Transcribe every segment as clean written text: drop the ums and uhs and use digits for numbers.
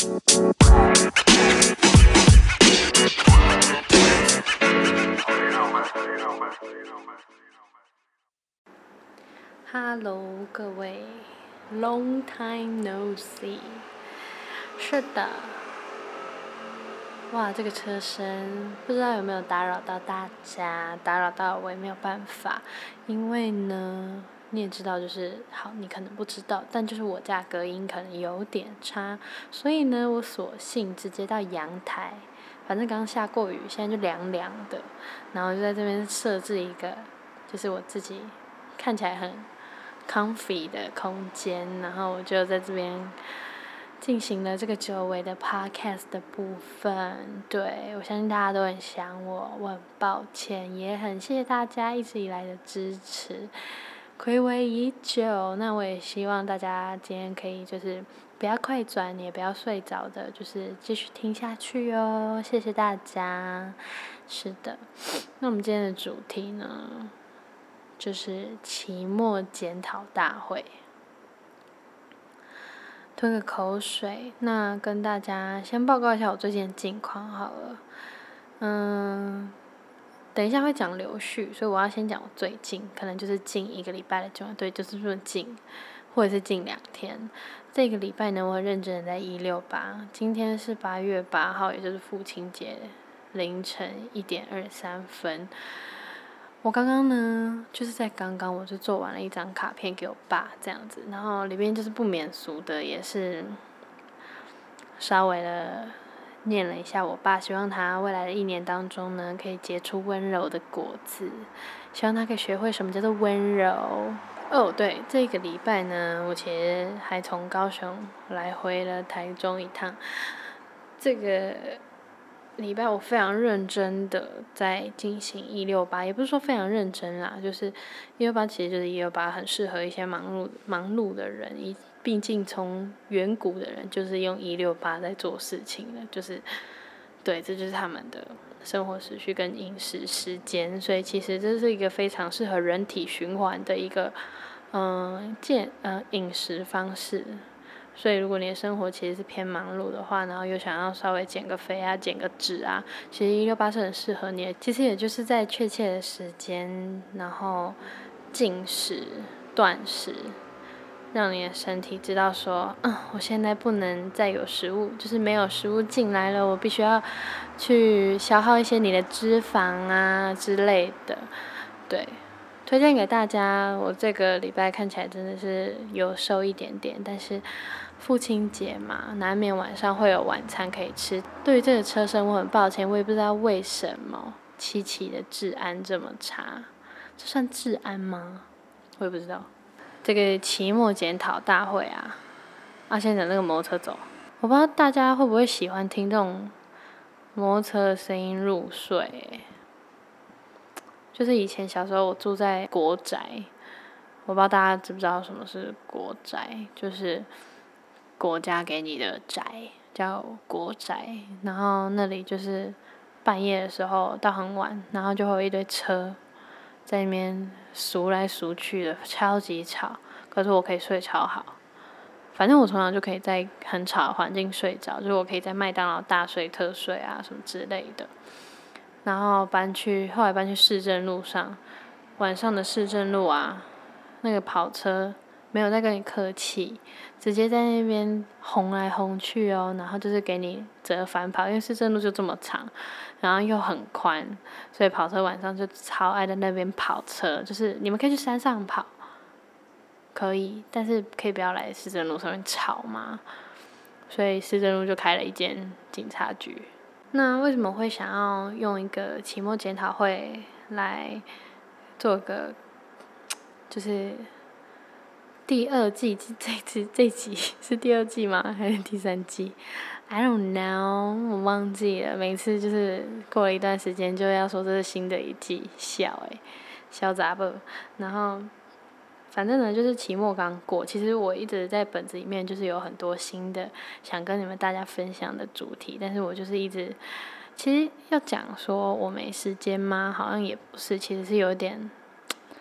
Hello， 各位 ，Long time no see。是的，哇，这个车声不知道有没有打扰到大家，打扰到我也没有办法，因为呢，你也知道，就是好，你可能不知道，但就是我家隔音可能有点差，所以呢，我索性直接到阳台，反正刚下过雨，现在就凉凉的，然后就在这边设置一个，就是我自己看起来很comfy 的空间，然后我就在这边进行了这个久违的 podcast 的部分。对，我相信大家都很想我，我很抱歉，也很谢谢大家一直以来的支持，睽违已久。那我也希望大家今天可以就是不要快转，也不要睡着的，就是继续听下去哦。谢谢大家。是的，那我们今天的主题呢，就是期末检讨大会。吞个口水，那跟大家先报告一下我最近的近况好了。等一下会讲流序，所以我要先讲我最近，可能就是近1个礼拜的状况，对，就是这么近，或者是近2天。这个礼拜呢，我很认真的在168，今天是8月8号，也就是父亲节凌晨1点23分。我刚刚呢，就是在刚刚我就做完了一张卡片给我爸这样子，然后里面就是不免俗的，也是稍微的念了一下我爸，希望他未来的1年当中呢，可以结出温柔的果子，希望他可以学会什么叫做温柔。哦，对，这个礼拜呢，我其实还从高雄来回了台中一趟，这个礼拜我非常认真的在进行168，也不是说非常认真啦，就是168其实就是168，很适合一些忙碌的人，毕竟从远古的人就是用168在做事情的，就是对，这就是他们的生活时序跟饮食时间，所以其实这是一个非常适合人体循环的一个饮食方式。所以如果你的生活其实是偏忙碌的话，然后又想要稍微减个肥啊、减个脂啊，其实168是很适合你的。其实也就是在确切的时间，然后禁食、断食，让你的身体知道说，我现在不能再有食物，就是没有食物进来了，我必须要去消耗一些你的脂肪啊之类的，对。推荐给大家，我这个礼拜看起来真的是有瘦一点点，但是父亲节嘛，难免晚上会有晚餐可以吃。对于这个车声，我很抱歉，我也不知道为什么七期的治安这么差，这算治安吗？我也不知道。这个期末检讨大会啊，先讲那个摩托车走，我不知道大家会不会喜欢听这种摩托车的声音入睡就是以前小时候我住在国宅，我不知道大家知不知道什么是国宅，就是国家给你的宅叫国宅，然后那里就是半夜的时候到很晚，然后就会有一堆车在那边数来数去的，超级吵，可是我可以睡超好。反正我从小就可以在很吵的环境睡着，就是我可以在麦当劳大睡特睡啊什么之类的。然后后来搬去市政路上，晚上的市政路啊，那个跑车没有在跟你客气，直接在那边轰来轰去哦，然后就是给你折返跑，因为市政路就这么长，然后又很宽，所以跑车晚上就超爱在那边跑车，就是你们可以去山上跑，可以，但是可以不要来市政路上面吵嘛，所以市政路就开了一间警察局。那为什么会想要用一个期末检讨会来做个，就是第2季，这集是第2季吗？还是第3季 ？I don't know， 我忘记了。每次就是过了一段时间就要说这是新的一季，小杂不，然后。反正呢，就是期末刚过，其实我一直在本子里面就是有很多新的想跟你们大家分享的主题，但是我就是一直，其实要讲说我没时间吗？好像也不是，其实是有点，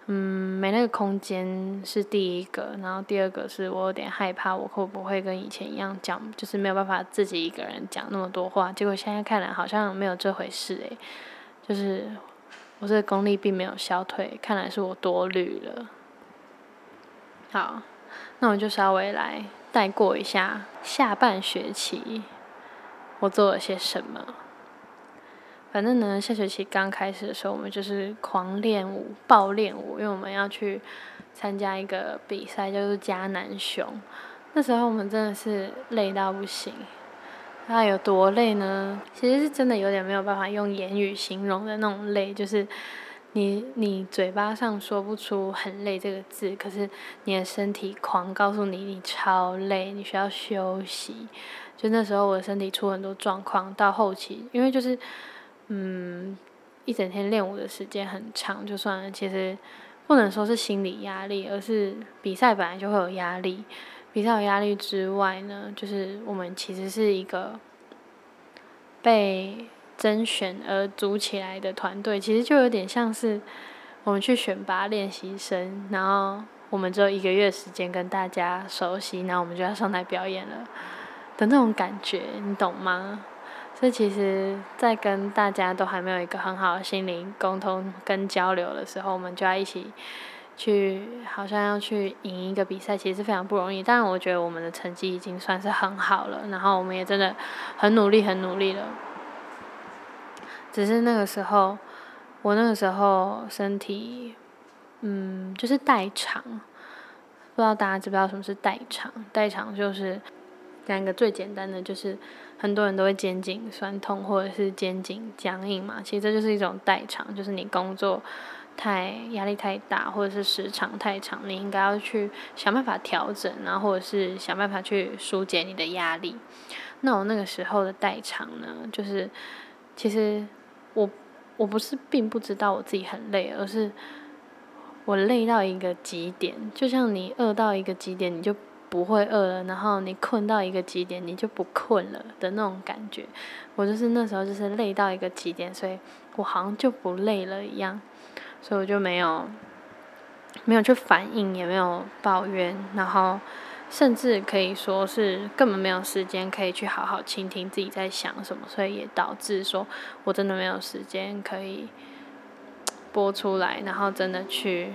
没那个空间是第一个，然后第二个是我有点害怕我会不会跟以前一样讲，就是没有办法自己一个人讲那么多话，结果现在看来好像没有这回事就是我这个功力并没有消退，看来是我多虑了。好，那我就稍微来带过一下下半学期我做了些什么。反正呢，下学期刚开始的时候，我们就是狂练舞、爆练舞，因为我们要去参加一个比赛，叫做嘉南雄。那时候我们真的是累到不行，那有多累呢？其实是真的有点没有办法用言语形容的那种累，就是你嘴巴上说不出很累这个字，可是你的身体狂告诉你超累，你需要休息。就那时候我的身体出很多状况，到后期因为就是一整天练舞的时间很长，就算了，其实不能说是心理压力，而是比赛本来就会有压力。比赛有压力之外呢，就是我们其实是一个被甄选而组起来的团队，其实就有点像是我们去选拔练习生，然后我们只有1个月时间跟大家熟悉，然后我们就要上台表演了的那种感觉，你懂吗？所以其实，在跟大家都还没有一个很好的心灵沟通跟交流的时候，我们就要一起去，好像要去赢一个比赛，其实是非常不容易。当然，我觉得我们的成绩已经算是很好了，然后我们也真的很努力，很努力了。只是那个时候，我那个时候身体，就是代偿。不知道大家知不知道什么是代偿？代偿就是两个最简单的，就是很多人都会肩颈酸痛或者是肩颈僵硬嘛，其实这就是一种代偿，就是你工作压力太大，或者是时长太长，你应该要去想办法调整，然后或者是想办法去疏解你的压力。那我那个时候的代偿呢，就是其实我不是并不知道我自己很累，而是我累到一个极点，就像你饿到一个极点，你就不会饿了，然后你困到一个极点，你就不困了的那种感觉。我就是那时候就是累到一个极点，所以我好像就不累了一样，所以我就没有去反应，也没有抱怨，然后甚至可以说是根本没有时间可以去好好倾听自己在想什么，所以也导致说我真的没有时间可以播出来，然后真的去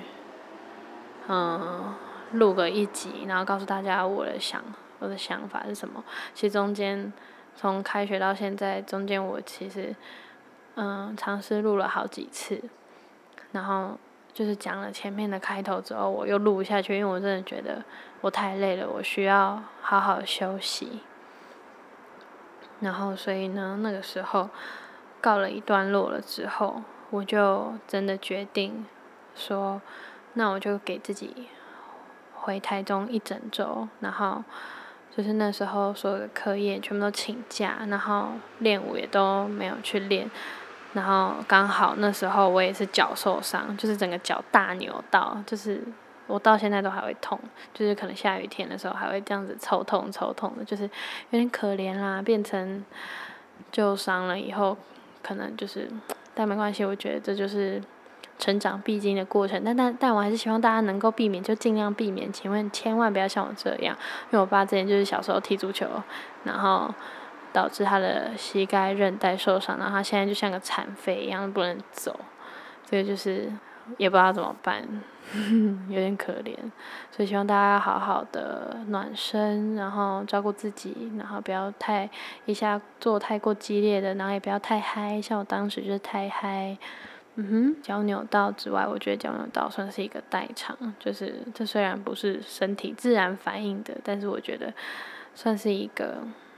录个1集，然后告诉大家我的想法是什么。其实中间从开学到现在，中间我其实尝试录了好几次，然后就是讲了前面的开头之后，我又录不下去，因为我真的觉得我太累了，我需要好好休息。然后所以呢，那个时候告了一段落了之后，我就真的决定说，那我就给自己回台中1整周，然后就是那时候所有的课业全部都请假，然后练舞也都没有去练，然后刚好那时候我也是脚受伤，就是整个脚大扭到，就是我到现在都还会痛，就是可能下雨天的时候还会这样子抽痛的，就是有点可怜啦，变成旧伤了以后，可能就是，但没关系，我觉得这就是成长必经的过程，但我还是希望大家能够避免就尽量避免，请问千万不要像我这样，因为我爸之前就是小时候踢足球，然后导致他的膝盖韧带受伤，然后他现在就像个残废一样不能走，这个就是也不知道怎么办，有点可怜，所以希望大家好好的暖身，然后照顾自己，然后不要一下做太过激烈的，然后也不要太嗨，像我当时就是太嗨。脚扭到之外，我觉得脚扭到算是一个代偿，就是这虽然不是身体自然反应的，但是我觉得算是一个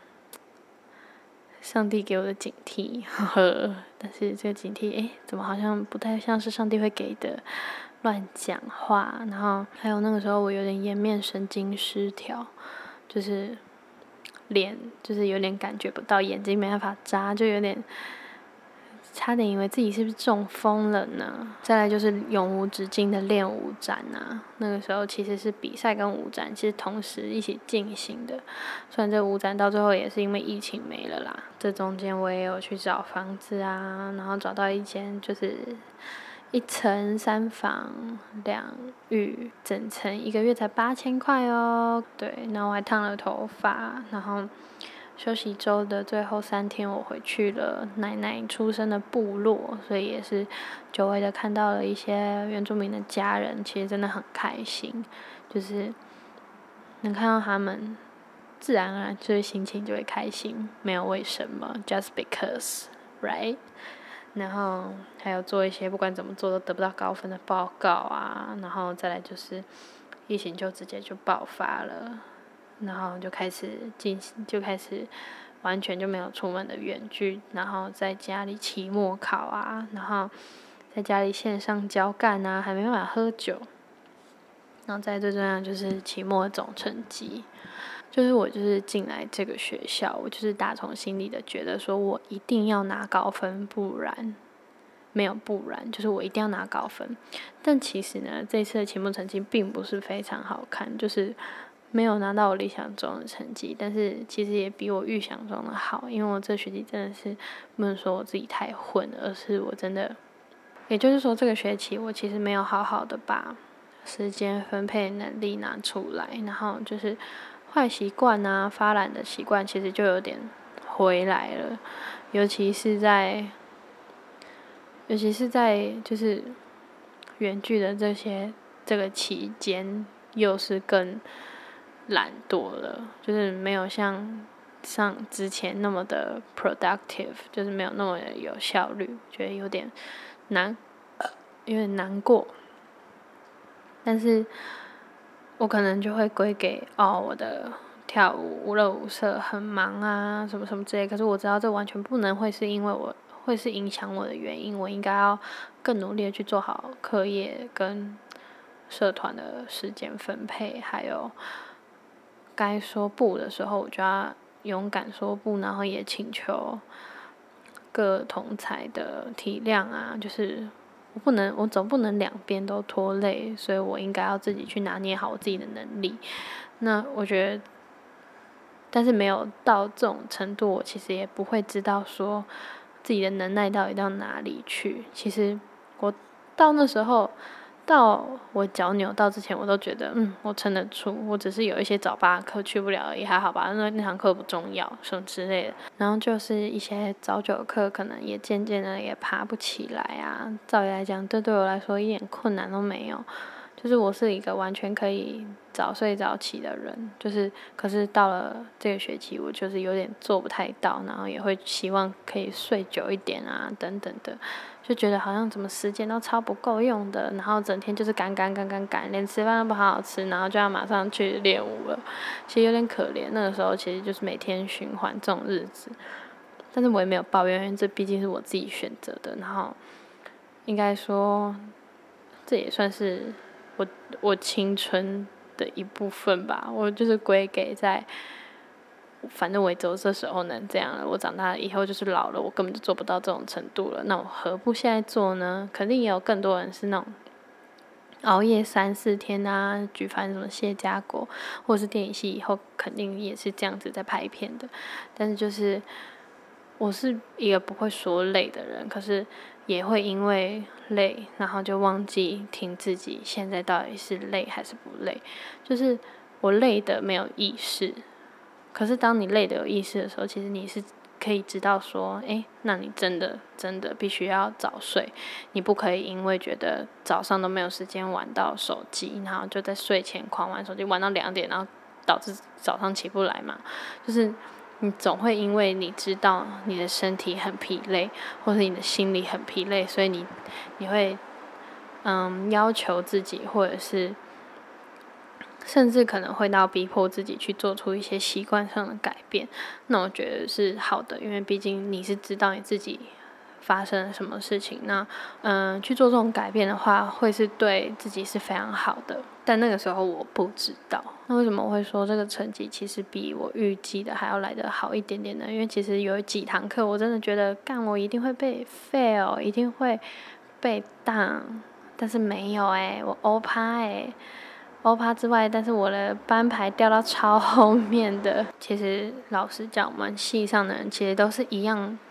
上帝给我的警惕，但是这个警惕，怎么好像不太像是上帝会给的，乱讲话，然后还有那个时候我有点颜面神经失调，就是脸就是有点感觉不到，眼睛没办法眨，就有点差点以为自己是不是中风了呢？再来就是永无止境的练舞展啊，那个时候其实是比赛跟舞展其实同时一起进行的，虽然这舞展到最后也是因为疫情没了啦。这中间我也有去找房子啊，然后找到一间就是一层3房2浴，整层1个月才8000块哦。对，然后我还烫了头发，然后休息周的最后3天，我回去了奶奶出生的部落，所以也是久违的看到了一些原住民的家人，其实真的很开心，就是能看到他们，自然而然就是心情就会开心，没有为什么 ，just because，right？然后还有做一些不管怎么做都得不到高分的报告啊，然后再来就是疫情就直接就爆发了，然后就开始完全就没有出门的远距，然后在家里期末考啊，然后在家里线上交干啊，还没办法喝酒，然后再最重要就是期末总成绩。就是我就是进来这个学校，我就是打从心里的觉得说我一定要拿高分，不然就是我一定要拿高分。但其实呢，这次的期末成绩并不是非常好看，就是没有拿到我理想中的成绩，但是其实也比我预想中的好，因为我这学期真的是不能说我自己太混，而是我真的，也就是说这个学期我其实没有好好的把时间分配能力拿出来，然后就是坏习惯啊，发懒的习惯其实就有点回来了，尤其是在就是远距的这个期间，又是更懒惰了，就是没有像之前那么的 productive， 就是没有那么有效率，觉得有点难过。但是我可能就会归给我的跳舞无乐舞社很忙啊什么什么之类，可是我知道这完全不能会是影响我的原因，我应该要更努力的去做好课业跟社团的时间分配，还有该说不的时候我就要勇敢说不，然后也请求各同侪的体谅啊，就是我总不能两边都拖累，所以我应该要自己去拿捏好我自己的能力。那我觉得，但是没有到这种程度，我其实也不会知道说自己的能耐到底到哪里去。其实我到那时候，到我脚扭到之前，我都觉得我撑得住，我只是有一些早八课去不了而已，还好吧，那堂课不重要什么之类的。然后就是一些早九课，可能也渐渐的也爬不起来啊。照理来讲，这对我来说一点困难都没有，就是我是一个完全可以早睡早起的人，就是可是到了这个学期，我就是有点做不太到，然后也会希望可以睡久一点啊，等等的。就觉得好像怎么时间都超不够用的，然后整天就是赶，连吃饭都不好好吃，然后就要马上去练舞了，其实有点可怜。那个时候其实就是每天循环这种日子，但是我也没有抱怨，因为这毕竟是我自己选择的，然后应该说这也算是我青春的一部分吧，我就是归给在。反正我也只有这时候能这样了，我长大以后就是老了，我根本就做不到这种程度了，那我何不现在做呢？肯定也有更多人是那种熬夜3、4天啊，举凡什么谢家国，或者是电影系以后肯定也是这样子在拍片的。但是就是我是一个不会说累的人，可是也会因为累，然后就忘记听自己现在到底是累还是不累，就是我累的没有意识。可是当你累的有意识的时候，其实你是可以知道说，那你真的必须要早睡，你不可以因为觉得早上都没有时间玩到手机，然后就在睡前狂玩手机，玩到2点，然后导致早上起不来嘛。就是你总会因为你知道你的身体很疲累，或是你的心理很疲累，所以你会要求自己，或者是甚至可能会到逼迫自己去做出一些习惯上的改变，那我觉得是好的，因为毕竟你是知道你自己发生了什么事情，那去做这种改变的话，会是对自己是非常好的。但那个时候我不知道，那为什么我会说这个成绩其实比我预计的还要来得好一点点呢？因为其实有几堂课我真的觉得我一定会被 fail， 一定会被 down， 但是没有我欧趴欧趴之外，但是我的班排掉到超后面的。其实老实讲，我们系上的人其实都是一样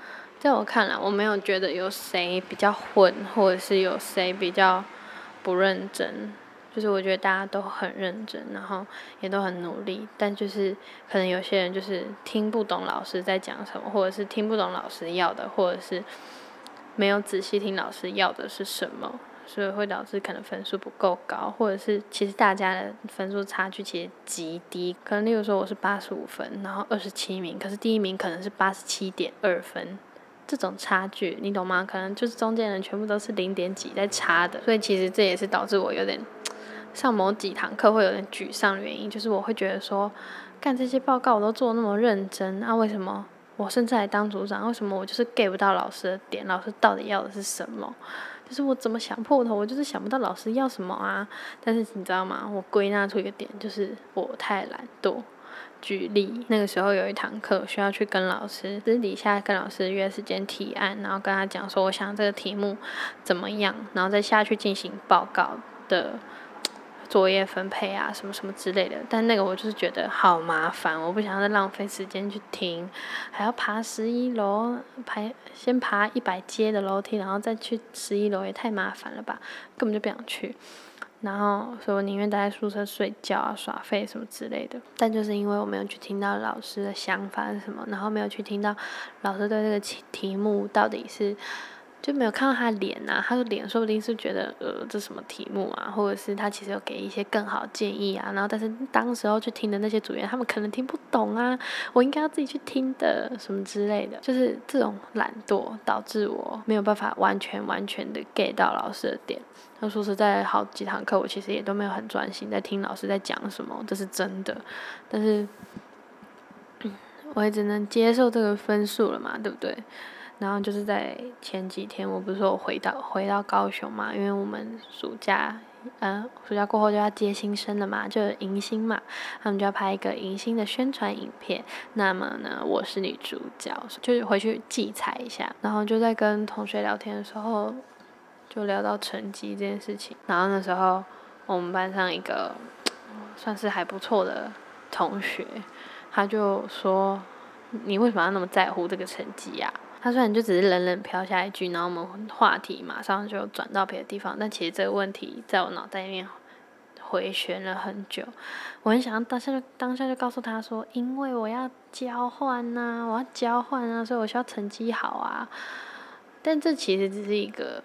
在我看来，我没有觉得有谁比较混，或者是有谁比较不认真。就是我觉得大家都很认真，然后也都很努力，但就是可能有些人就是听不懂老师在讲什么，或者是听不懂老师要的，或者是没有仔细听老师要的是什么，所以会导致可能分数不够高，或者是其实大家的分数差距其实极低，可能例如说我是85分，然后27名，可是第一名可能是87.2分。这种差距你懂吗？可能就是中间人全部都是0点几在差的，所以其实这也是导致我有点上某几堂课会有点沮丧的原因，就是我会觉得说，干这些报告我都做那么认真，为什么我甚至来当组长，为什么我就是 get 不到老师的点，老师到底要的是什么？就是我怎么想破头，我就是想不到老师要什么啊。但是你知道吗？我归纳出一个点，就是我太懒惰。举例，那个时候有一堂课需要去跟老师私底下跟老师约时间提案，然后跟他讲说我想这个题目怎么样，然后再下去进行报告的作业分配啊，什么什么之类的。但那个我就是觉得好麻烦，我不想再浪费时间去听，还要爬11楼，先爬100阶的楼梯，然后再去11楼，也太麻烦了吧，根本就不想去。然后，所以我宁愿待在宿舍睡觉啊、耍废什么之类的。但就是因为我没有去听到老师的想法是什么，然后没有去听到老师对这个题目到底是，就没有看到他的脸啊，他的脸说不定是觉得这什么题目啊，或者是他其实有给一些更好的建议啊，然后但是当时候去听的那些组员他们可能听不懂啊，我应该要自己去听的什么之类的，就是这种懒惰导致我没有办法完全的 get 到老师的点。那说实在，好几堂课我其实也都没有很专心在听老师在讲什么，这是真的。但是，我也只能接受这个分数了嘛，对不对？然后就是在前几天，我不是说我回到高雄嘛，因为我们暑假过后就要接新生了嘛，就有迎新嘛，他们就要拍一个迎新的宣传影片。那么呢，我是女主角，就回去记采一下。然后就在跟同学聊天的时候，就聊到成绩这件事情。然后那时候我们班上一个算是还不错的同学，他就说：“你为什么要那么在乎这个成绩啊？”他虽然就只是冷冷飘下一句，然后我们话题马上就转到别的地方，但其实这个问题在我脑袋里面回旋了很久。我很想当下就告诉他说：“因为我要交换啊，我要交换啊，所以我需要成绩好啊。”但这其实只是一个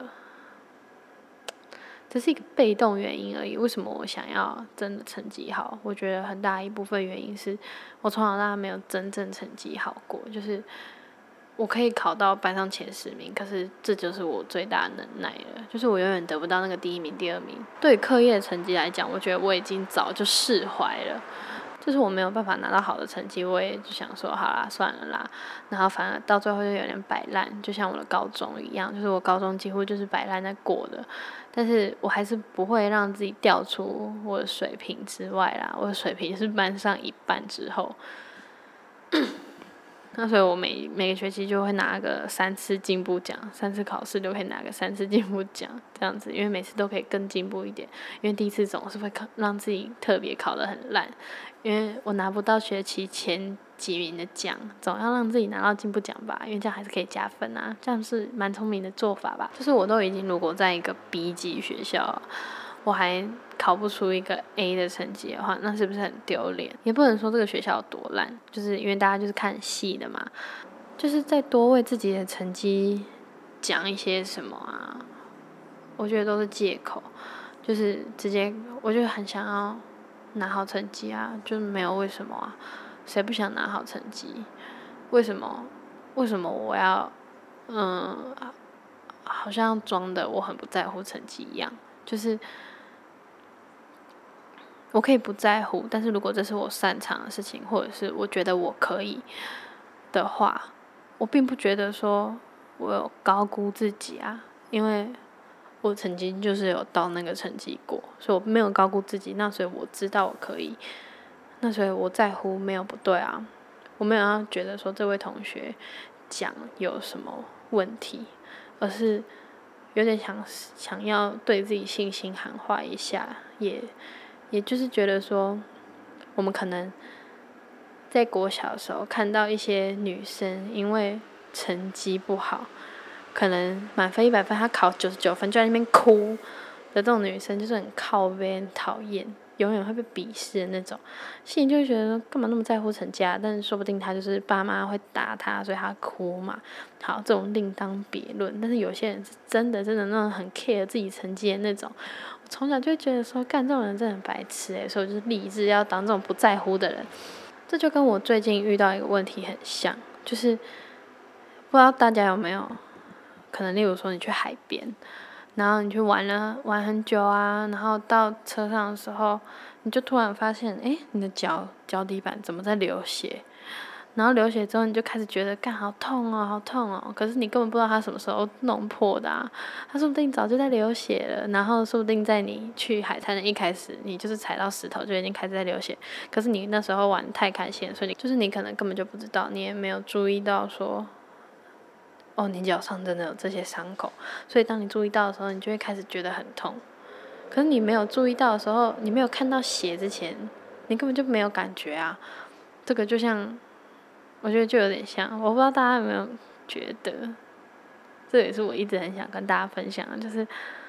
被动原因而已。为什么我想要真的成绩好？我觉得很大一部分原因是我从小到大没有真正成绩好过，就是我可以考到班上前10名，可是这就是我最大的能耐了，就是我永远得不到那个第1名、第2名。对课业成绩来讲，我觉得我已经早就释怀了。就是我没有办法拿到好的成绩，我也就想说好啦，算了啦。然后反而到最后就有点摆烂，就像我的高中一样，就是我高中几乎就是摆烂在过的。但是我还是不会让自己掉出我的水平之外啦，我的水平是班上一半之后。那所以我每个学期就会拿个3次进步奖，3次考试就可以拿个3次进步奖，这样子，因为每次都可以更进步一点。因为第一次总是会让自己特别考得很烂，因为我拿不到学期前几名的奖，总要让自己拿到进步奖吧，因为这样还是可以加分啊，这样是蛮聪明的做法吧。就是我都已经如果在一个 B 级学校，我还考不出一个 A 的成绩的话，那是不是很丢脸？也不能说这个学校有多烂，就是因为大家就是看戏的嘛，就是再多为自己的成绩讲一些什么啊，我觉得都是借口，就是直接我就很想要拿好成绩啊，就没有为什么啊，谁不想拿好成绩？为什么我要好像装的我很不在乎成绩一样，就是我可以不在乎，但是如果这是我擅长的事情，或者是我觉得我可以的话，我并不觉得说我有高估自己啊，因为我曾经就是有到那个成绩过，所以我没有高估自己，那所以我知道我可以，那所以我在乎没有不对啊，我没有要觉得说这位同学讲有什么问题，而是有点想要对自己信心喊话一下，也就是觉得说，我们可能在国小的时候看到一些女生，因为成绩不好，可能满分100分，她考99分就在那边哭的这种女生，就是很靠背、很讨厌，永远会被鄙视的那种。心里就会觉得干嘛那么在乎成绩啊？但是说不定她就是爸妈会打她，所以她哭嘛。好，这种另当别论。但是有些人是真的那种很 care 自己成绩的那种，我从小就会觉得说，干这种人真的很白痴所以我就是立志要当这种不在乎的人。这就跟我最近遇到一个问题很像，就是不知道大家有没有可能，例如说你去海边，然后你去玩很久啊，然后到车上的时候，你就突然发现，你的脚底板怎么在流血？然后流血之后，你就开始觉得，干好痛哦，好痛哦。可是你根本不知道它什么时候弄破的啊，它说不定早就在流血了。然后说不定在你去海滩的一开始，你就是踩到石头就已经开始在流血。可是你那时候玩太开心，所以你可能根本就不知道，你也没有注意到说，你脚上真的有这些伤口。所以当你注意到的时候，你就会开始觉得很痛。可是你没有注意到的时候，你没有看到血之前，你根本就没有感觉啊。这个就像。我觉得就有点像，我不知道大家有没有觉得，这也是我一直很想跟大家分享的，就是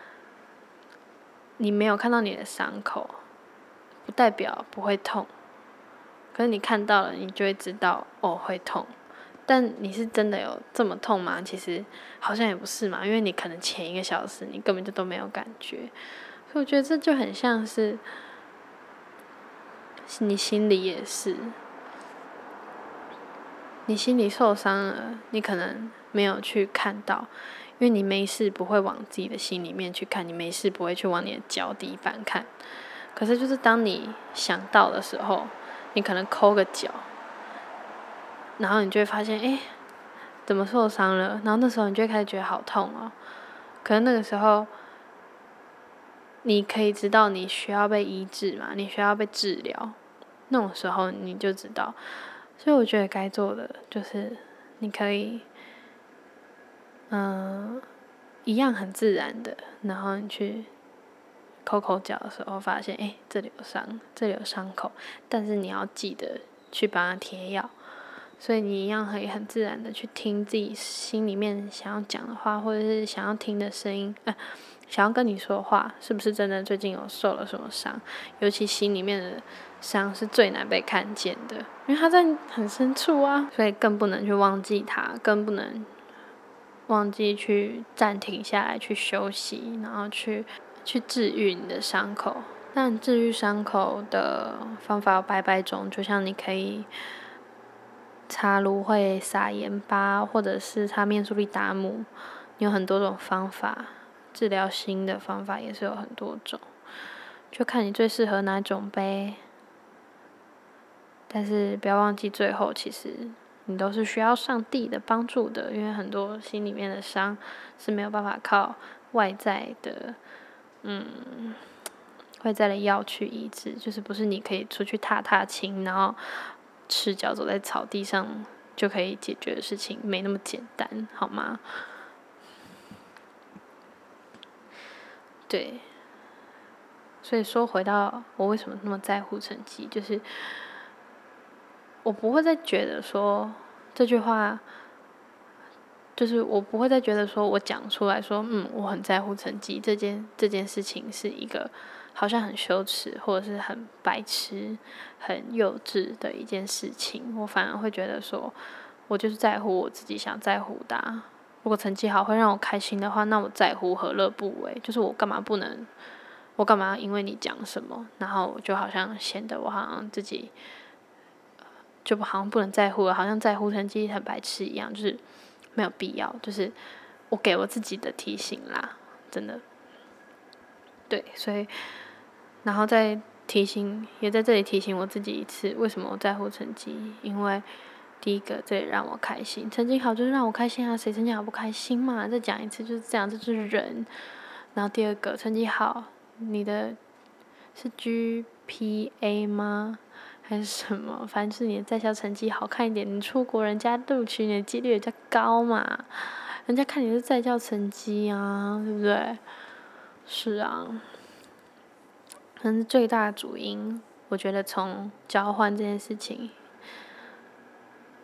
你没有看到你的伤口，不代表不会痛，可是你看到了，你就会知道会痛，但你是真的有这么痛吗？其实好像也不是嘛，因为你可能前1个小时你根本就都没有感觉，所以我觉得这就很像是你心里也是。你心里受伤了，你可能没有去看到，因为你没事不会往自己的心里面去看，你没事不会去往你的脚底板看。可是就是当你想到的时候，你可能抠个脚，然后你就会发现，怎么受伤了？然后那时候你就会开始觉得好痛哦。可是那个时候，你可以知道你需要被医治嘛，你需要被治疗，那种时候你就知道。所以我觉得该做的就是，你可以，一样很自然的，然后你去抠脚的时候，发现这里有伤，这里有伤口，但是你要记得去帮它贴药。所以你一样可以很自然的去听自己心里面想要讲的话，或者是想要听的声音，想要跟你说话，是不是真的最近有受了什么伤？尤其心里面的伤是最难被看见的，因为它在很深处啊，所以更不能去忘记它，更不能忘记去暂停下来去休息，然后去治愈你的伤口。但治愈伤口的方法有百百种，就像你可以擦芦荟、撒盐巴，或者是擦面苏利达姆，你有很多种方法。治疗心的方法也是有很多种，就看你最适合哪种呗。但是不要忘记，最后其实你都是需要上帝的帮助的，因为很多心里面的伤是没有办法靠外在的药去医治，就是不是你可以出去踏青，然后赤脚走在草地上就可以解决的事情，没那么简单，好吗？对，所以说回到我为什么那么在乎成绩，就是我不会再觉得说这句话，就是我不会再觉得说我讲出来说我很在乎成绩这件事情是一个好像很羞耻或者是很白痴、很幼稚的一件事情，我反而会觉得说我就是在乎我自己想在乎的啊。如果成绩好会让我开心的话，那我在乎何乐不为？就是我干嘛不能？我干嘛因为你讲什么，然后我就好像显得我好像自己就好像不能在乎了，好像在乎成绩很白痴一样，就是没有必要。就是我给我自己的提醒啦，真的。对，所以然后再提醒，也在这里提醒我自己一次，为什么我在乎成绩？因为第一个，这也让我开心，成绩好就是让我开心啊，谁成绩好不开心嘛？再讲一次，就是这样，这就是人。然后第二个，成绩好，你的是 GPA 吗？还是什么？反正就是你的在校成绩好看一点，你出国人家录取你的几率也比较高嘛。人家看你是在校成绩啊，对不对？是啊，但是最大的主因，我觉得从交换这件事情，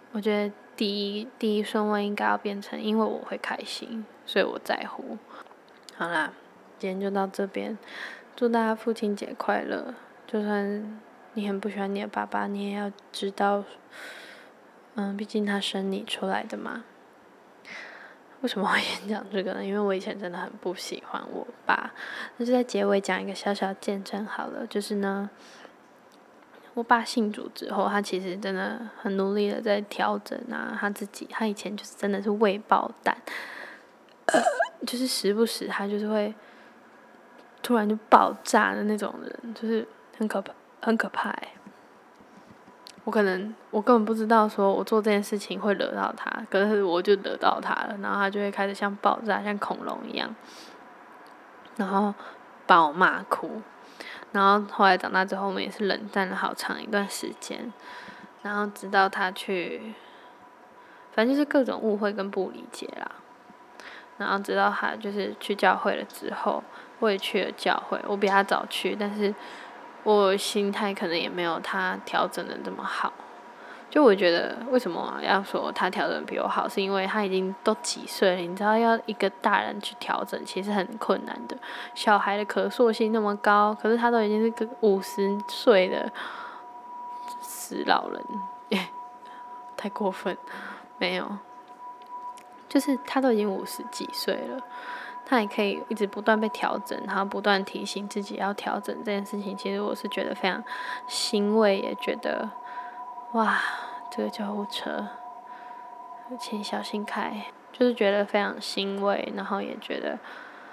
我觉得第一顺位应该要变成因为我会开心，所以我在乎。好啦，今天就到这边，祝大家父亲节快乐。就算你很不喜欢你的爸爸，你也要知道，毕竟他生你出来的嘛。为什么会演讲这个呢？因为我以前真的很不喜欢我爸。那就在结尾讲一个小小见证好了，就是呢，我爸信主之后，他其实真的很努力的在调整啊，他自己，他以前就是真的是胃爆弹，就是时不时他就是会突然就爆炸的那种人，就是很可怕，很可怕欸。我根本不知道说我做这件事情会惹到他，可是我就惹到他了，然后他就会开始像爆炸，像恐龙一样，然后把我骂哭。然后后来长大之后，我们也是冷战了好长一段时间，然后直到他去，反正就是各种误会跟不理解啦。然后直到他就是去教会了之后，我也去了教会，我比他早去，但是我心态可能也没有他调整的这么好。就我觉得为什么要说他调整比我好，是因为他已经都几岁了，你知道要一个大人去调整其实很困难的。小孩的可塑性那么高，可是他都已经是个50岁的死老人，太过分，没有，就是他都已经50几岁了，他也可以一直不断被调整，然后不断提醒自己要调整这件事情。其实我是觉得非常欣慰，也觉得哇，这个救护车，请小心开，就是觉得非常欣慰，然后也觉得，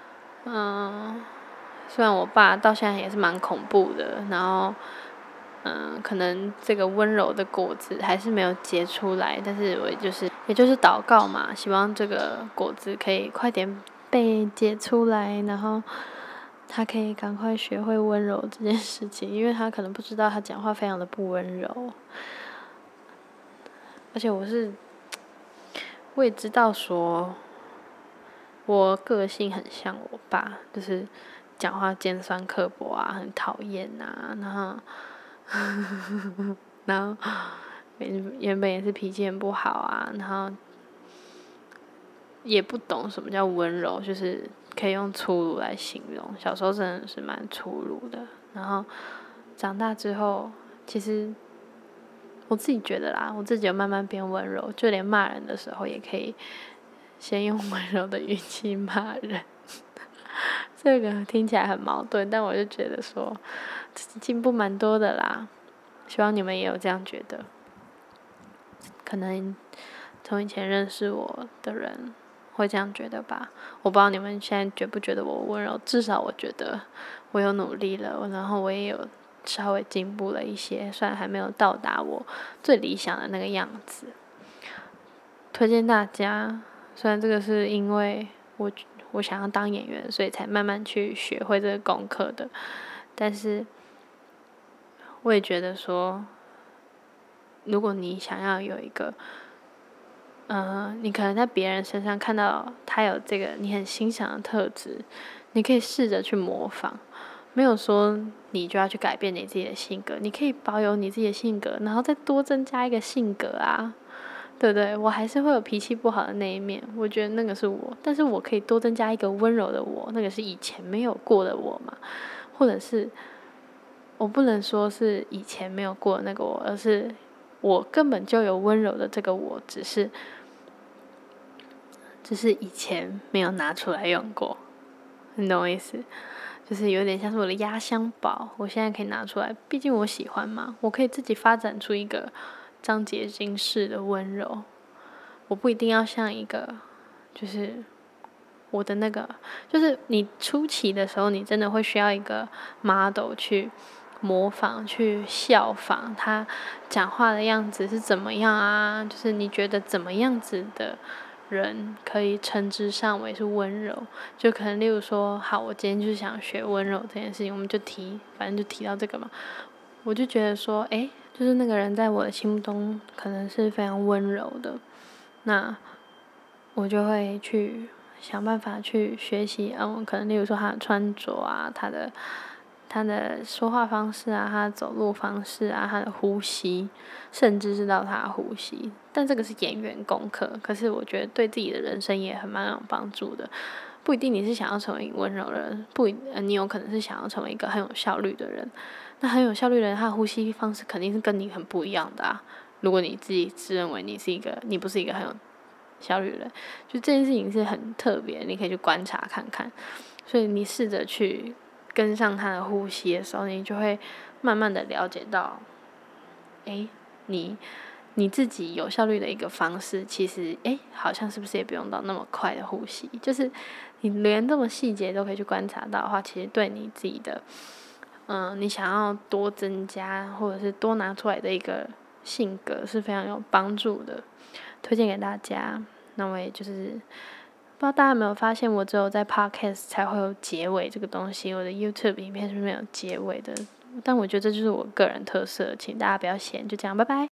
虽然我爸到现在也是蛮恐怖的，然后，可能这个温柔的果子还是没有结出来，但是我也就是祷告嘛，希望这个果子可以快点被结出来，然后他可以赶快学会温柔这件事情，因为他可能不知道他讲话非常的不温柔，而且我也知道说，我个性很像我爸，就是讲话尖酸刻薄啊，很讨厌啊，然后原本也是脾气很不好啊，然后也不懂什么叫温柔，就是可以用粗鲁来形容。小时候真的是蛮粗鲁的，然后长大之后，其实我自己觉得啦，我自己有慢慢变温柔，就连骂人的时候也可以先用温柔的语气骂人。这个听起来很矛盾，但我就觉得说进步蛮多的啦，希望你们也有这样觉得。可能从以前认识我的人会这样觉得吧，我不知道你们现在觉不觉得我温柔，至少我觉得我有努力了，然后我也有稍微进步了一些，虽然还没有到达我最理想的那个样子。推荐大家，虽然这个是因为我想要当演员，所以才慢慢去学会这个功课的，但是我也觉得说，如果你想要有一个，你可能在别人身上看到他有这个你很欣赏的特质，你可以试着去模仿，没有说你就要去改变你自己的性格，你可以保有你自己的性格，然后再多增加一个性格啊。对不对？我还是会有脾气不好的那一面，我觉得那个是我，但是我可以多增加一个温柔的我，那个是以前没有过的我嘛，或者是我不能说是以前没有过的那个我，而是我根本就有温柔的这个我，只是以前没有拿出来用过，你懂我意思？就是有点像是我的压箱宝，我现在可以拿出来，毕竟我喜欢嘛，我可以自己发展出一个张杰金式的温柔，我不一定要像一个，就是我的那个，就是你初期的时候，你真的会需要一个 model 去模仿、去效仿他讲话的样子是怎么样啊？就是你觉得怎么样子的人可以称之上为是温柔？就可能例如说，好，我今天就是想学温柔这件事情，我们就反正就提到这个嘛，我就觉得说，就是那个人在我的心目中可能是非常温柔的，那我就会去想办法去学习，可能例如说他的穿着啊，他他的说话方式啊，他的走路方式啊，他的呼吸，甚至是到他的呼吸。但这个是演员功课，可是我觉得对自己的人生也蛮有帮助的。不一定你是想要成为温柔的人，你有可能是想要成为一个很有效率的人。那很有效率的人，他的呼吸方式肯定是跟你很不一样的啊。如果你自己自认为你不是一个很有效率的人，就这件事情是很特别，你可以去观察看看。所以你试着去跟上他的呼吸的时候，你就会慢慢的了解到，你自己有效率的一个方式，其实好像是不是也不用到那么快的呼吸，就是你连这么细节都可以去观察到的话，其实对你自己的你想要多增加或者是多拿出来的一个性格是非常有帮助的，推荐给大家。那我也就是不知道大家有没有发现，我只有在 podcast 才会有结尾这个东西，我的 YouTube 影片是没有结尾的，但我觉得这就是我个人特色，请大家不要嫌，就这样，拜拜。